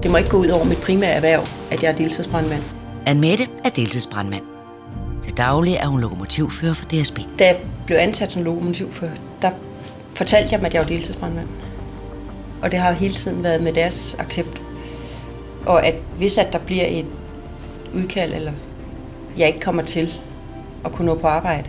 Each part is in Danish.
Det må ikke gå ud over mit primære erhverv, at jeg er deltidsbrandmand. Anne-Mette er deltidsbrandmand. Til daglig er hun lokomotivfører for DSB. Da jeg blev ansat som lokomotivfører, der fortalte jeg dem, at jeg var deltidsbrandmand. Og det har hele tiden været med deres accept. Og at hvis at der bliver et udkald, eller jeg ikke kommer til at kunne nå på arbejde,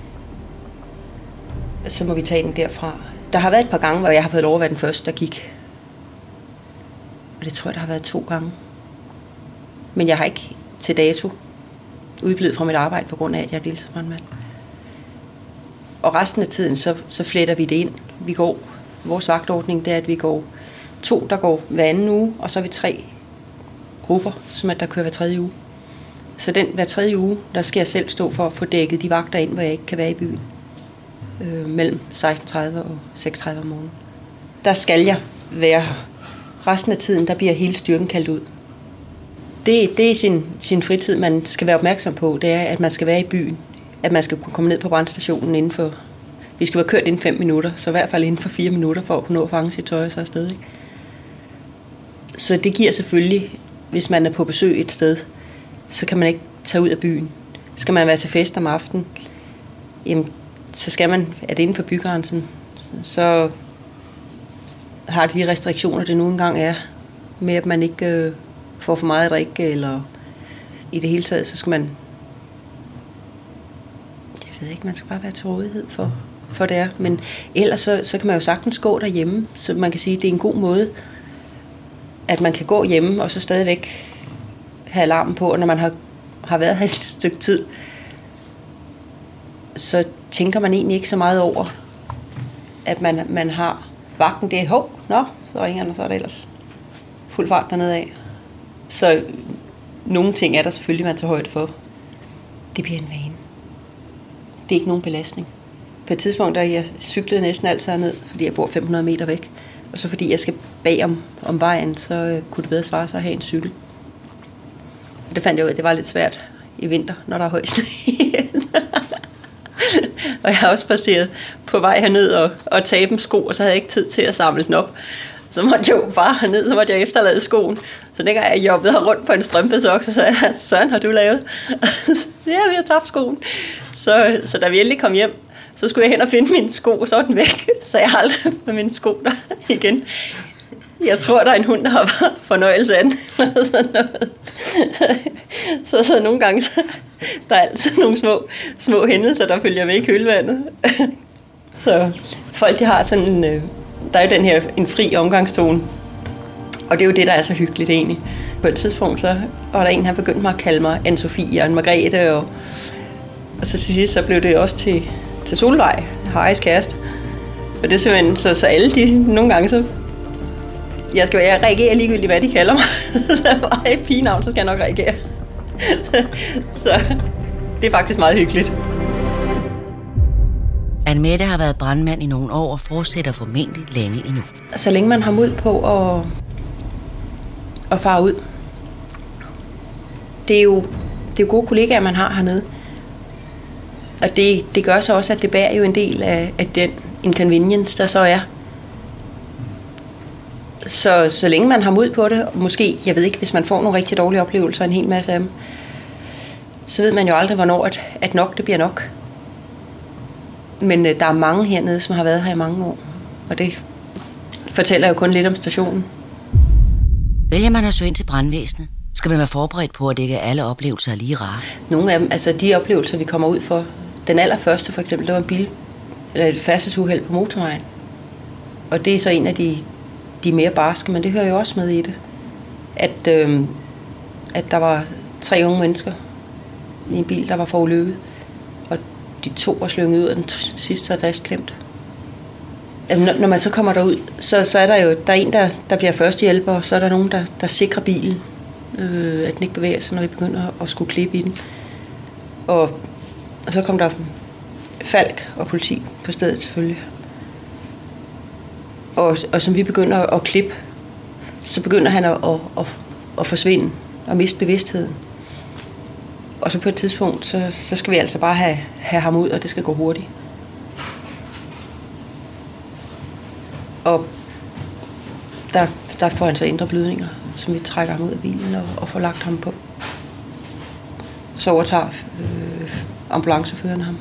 så må vi tage den derfra. Der har været et par gange, hvor jeg har fået lov at være den første, der gik. Og det tror jeg, der har været 2 gange. Men jeg har ikke til dato udblevet fra mit arbejde på grund af, at jeg er deltidsbrandmand. Og resten af tiden, så fletter vi det ind. Vi går, vores vagtordning, det er, at vi går 2, der går hver anden uge, og så er vi 3 grupper, som at der kører hver 3. uge. Så hver 3. uge, der skal jeg selv stå for at få dækket de vagter ind, hvor jeg ikke kan være i byen. Mellem 16.30 og 6.30 om morgenen. Der skal jeg være her. Resten af tiden, der bliver hele styrken kaldt ud. Det er sin fritid, man skal være opmærksom på. Det er, at man skal være i byen. At man skal kunne komme ned på brandstationen inden for... Vi skal være kørt inden 5 minutter, så i hvert fald inden for 4 minutter, for at kunne nå at fange sit tøj og så afsted. Ikke? Så det giver selvfølgelig, hvis man er på besøg et sted, så kan man ikke tage ud af byen. Skal man være til fest om aftenen, jamen, så skal man, er det inden for bygrænsen, så har de restriktioner, det nu engang er, med at man ikke får for meget at drikke, eller i det hele taget, så skal man, jeg ved ikke, man skal bare være til rådighed for det er. Men ellers så kan man jo sagtens gå derhjemme, så man kan sige, at det er en god måde, at man kan gå hjemme, og så stadigvæk have alarmen på, og når man har været her et stykke tid, så tænker man egentlig ikke så meget over, at man har vagten, det er så ringer den, og så er det ellers fuld fart dernede af. Så nogle ting er der selvfølgelig, man tager højde for. Det bliver en vane. Det er ikke nogen belastning. På et tidspunkt, der jeg cyklede næsten altid herned, fordi jeg bor 500 meter væk. Og så fordi jeg skal bag om vejen, så kunne det bedre svare sig at have en cykel. Og det fandt jeg ud af, at det var lidt svært i vinter, når der er høj sne. Og jeg har også passeret på vej herned og tabe en sko, og så havde jeg ikke tid til at samle den op. Så måtte jeg jo bare herned, så måtte jeg efterlade skoen. Så dengang jeg jobbede her rundt på en strømpesok, så sagde jeg, Søren, har du lavet? Ja, vi har tabt skoen. Så da vi endelig kom hjem, så skulle jeg hen og finde min sko, og så var den væk. Så jeg har aldrig med mine sko der igen. Jeg tror, der er en hund, der har fornøjelse af den. Så nogle gange, der er altid nogle små hændelser, der følger med i kølvandet. Så folk, de har sådan der er jo den her en fri omgangstone. Og det er jo det, der er så hyggeligt egentlig. På et tidspunkt, så var der en, der begyndte mig at kalde mig Anne-Sophie og Anne-Margrethe. Og så til sidst, så blev det også til Solvej, Harrys kæreste. Og det er simpelthen, så alle de nogle gange, så jeg reagerer ligegyldigt, hvad de kalder mig. Så der var et pigenavn, så skal jeg nok reagere. Så det er faktisk meget hyggeligt. Anne-Mette har været brandmand i nogle år og fortsætter formentlig længe endnu. Så længe man har mod på at fare ud. Det er jo gode kollegaer, man har hernede. Og det gør så også, at det bærer jo en del af den inconvenience, der så er. Så længe man har mod på det, måske, jeg ved ikke, hvis man får nogle rigtig dårlige oplevelser, en hel masse af dem, så ved man jo aldrig, hvornår at nok, det bliver nok. Men der er mange hernede, som har været her i mange år, og det fortæller jo kun lidt om stationen. Vælger man at søge ind til brandvæsenet, skal man være forberedt på, at det ikke er alle oplevelser er lige rare. Nogle af dem, altså de oplevelser, vi kommer ud for, den allerførste for eksempel, det var et færdselsuheld på motorvejen. Og det er så en af de mere barske, men det hører jo også med i det. At der var 3 unge mennesker i en bil, der var forulykket. Og de 2 var slynget ud, og den sidste sad fastklemt. Når man så kommer derud, så er der er en, der bliver førstehjælper, og så er der nogen, der sikrer bilen, at den ikke bevæger sig, når vi begynder at skulle klippe i den. Og så kom der Falk og politi på stedet selvfølgelig. Og som vi begynder at klippe, så begynder han at forsvinde og miste bevidstheden. Og så på et tidspunkt, så skal vi altså bare have ham ud, og det skal gå hurtigt. Og der får han så indre blødninger, som vi trækker ham ud af bilen og får lagt ham på. Så overtager ambulanceføreren ham.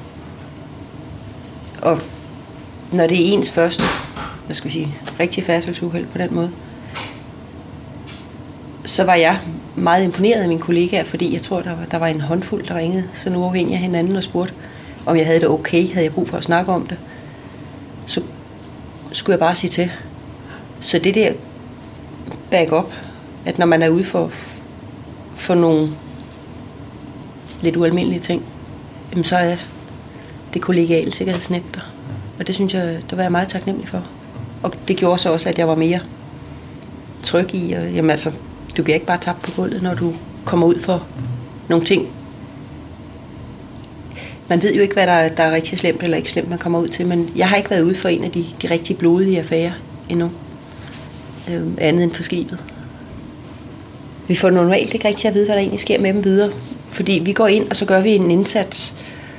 Og når det er ens første, rigtig færdselsuheld på den måde, så var jeg meget imponeret af mine kollegaer, fordi jeg tror, der var en håndfuld, der ringede sådan uafhængig af hinanden og spurgte, om jeg havde det okay, havde jeg brug for at snakke om det. Så skulle jeg bare sige til. Så det der back-up, at når man er ude for nogle lidt ualmindelige ting, jamen så er det kollegiale sikkerhedsnet der. Og det synes jeg, det var jeg meget taknemmelig for. Og det gjorde så også, at jeg var mere tryg i, og jamen altså, du bliver ikke bare tabt på gulvet, når du kommer ud for nogle ting. Man ved jo ikke, hvad der er rigtig slemt eller ikke slemt, man kommer ud til, men jeg har ikke været ude for en af de rigtig blodige affærer endnu. Andet end på skibet. Vi får normalt ikke rigtig at vide, hvad der egentlig sker med dem videre, fordi vi går ind, og så gør vi en indsats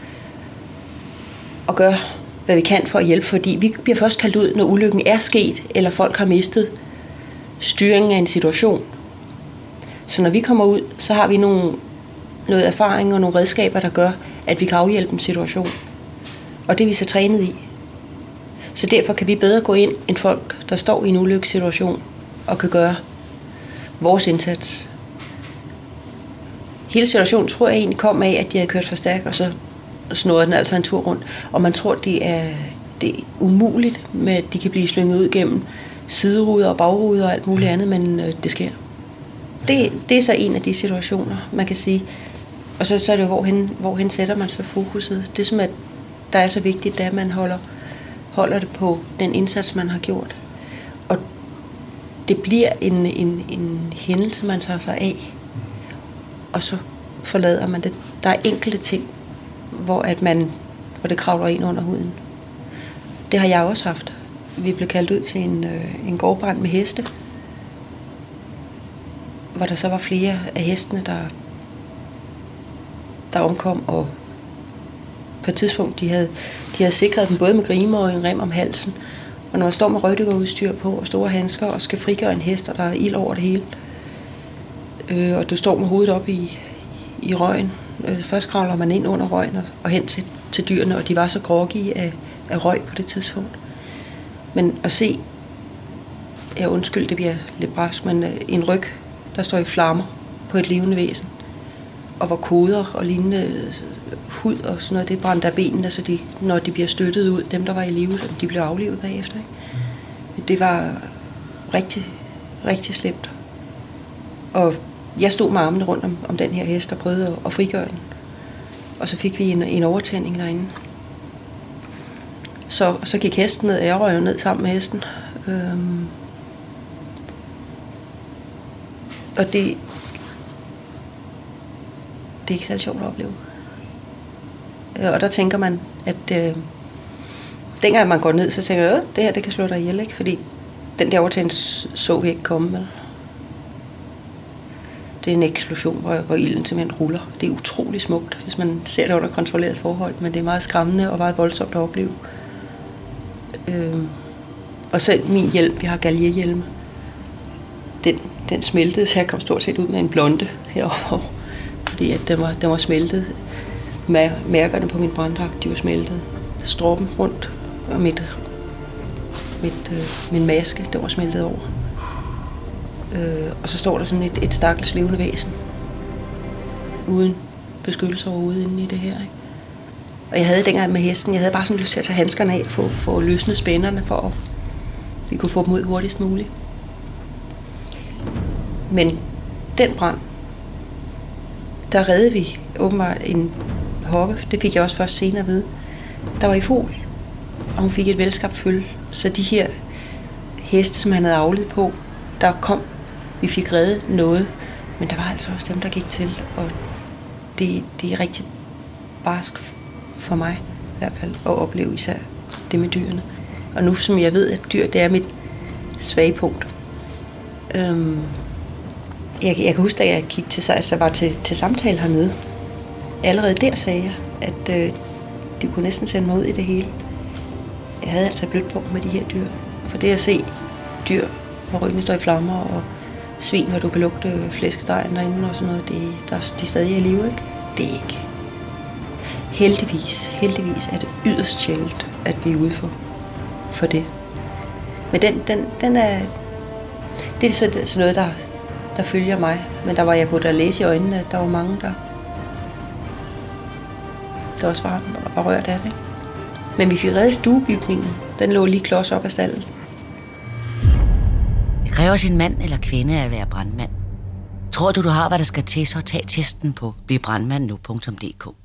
og gør, hvad vi kan for at hjælpe, fordi vi bliver først kaldt ud, når ulykken er sket, eller folk har mistet styringen af en situation. Så når vi kommer ud, så har vi noget erfaring og nogle redskaber, der gør, at vi kan afhjælpe en situation. Og det er vi så trænet i. Så derfor kan vi bedre gå ind end folk, der står i en ulykkessituation og kan gøre vores indsats. Hele situationen tror jeg egentlig kom af, at de havde kørt for stærkt, og så snurrede den altså en tur rundt. Og man tror, det er umuligt, med at de kan blive slynget ud gennem sideruder og bagruder og alt muligt andet, men det sker. Det er så en af de situationer, man kan sige. Og så er det jo, hvorhen sætter man så fokuset. Det som, at der er så vigtigt, at man holder det på den indsats, man har gjort. Og det bliver en hændelse, man tager sig af. Og så forlader man det. Der er enkelte ting, hvor det kravler ind under huden. Det har jeg også haft. Vi blev kaldt ud til en gårdbrand med heste, hvor der så var flere af hestene, der omkom, og på et tidspunkt, de havde sikret dem både med grimer og en rem om halsen. Og når man står med røgdykkerudstyr på og store handsker og skal frigøre en hest, og der er ild over det hele, og du står med hovedet op i røgen. Først kravler man ind under røgen og hen til dyrene, og de var så groggy af røg på det tidspunkt. Men at se, undskyld, det bliver lidt brask, men en ryg, der står i flammer på et levende væsen, og hvor koder og lignende hud og sådan noget, det brændte af benene, så når de bliver støttet ud, dem der var i live, de blev aflivet bagefter. Ikke? Det var rigtig, rigtig slemt. Og jeg stod med armene rundt om den her hest og prøvede at frigøre den. Og så fik vi en overtænding derinde. Så gik hesten ned, og jeg røg ned sammen med hesten. Og det er ikke særlig sjovt at opleve. Og der tænker man, at dengang man går ned, så tænker jeg, det her det kan slå dig ihjel, ikke? Fordi den der overtagning så vi ikke komme med. Det er en eksplosion, hvor ilden simpelthen ruller. Det er utrolig smukt, hvis man ser det under kontrolleret forhold, men det er meget skræmmende og meget voldsomt at opleve. Og selv min hjelm, vi har galierhjelme, den smeltede, så jeg kom stort set ud med en blonde herovre, fordi at den var smeltet. Mærkerne på min branddragt, de var smeltet. Stroppen rundt, og min maske, den var smeltet over. Og så står der sådan et stakkels levende væsen, uden beskyttelse overhovedet inde i det her. Ikke? Og jeg havde dengang med hesten, jeg havde bare sådan lyst til at tage handskerne af, for at løsne spænderne, for at vi kunne få dem ud hurtigst muligt. Men den brand, der reddede vi åbenbart en hoppe. Det fik jeg også først senere at vide. Der var i fol, og hun fik et velskabt følge. Så de her heste, som han havde avlet på, der kom, vi fik reddet noget, men der var altså også dem, der gik til. Og det er rigtig barsk for mig i hvert fald at opleve især det med dyrene. Og nu som jeg ved, at dyr, det er mit svage punkt. Jeg kan huske, da jeg gik så var til samtale hernede. Allerede der sagde jeg, at de kunne næsten sende mig ud i det hele. Jeg havde altså et blødt punkt med de her dyr. For det at se dyr hvor ryggen står i flammer, og svin, hvor du kan lugte flæskestegen derinde og sådan noget. De er stadig i live, ikke? Det er ikke. Heldigvis er det yderst sjældent, at vi er ude for det. Men den er... Det er sådan noget, der følger mig. Men der var jeg kunne da læse i øjnene, at der var mange, der også var rørt af det. Ikke? Men vi fik reddet stuebygningen. Den lå lige klods op ad stallen. Det kræver sin mand eller kvinde at være brandmand. Tror du har, hvad der skal til, så tag testen på blivbrandmandnu.dk.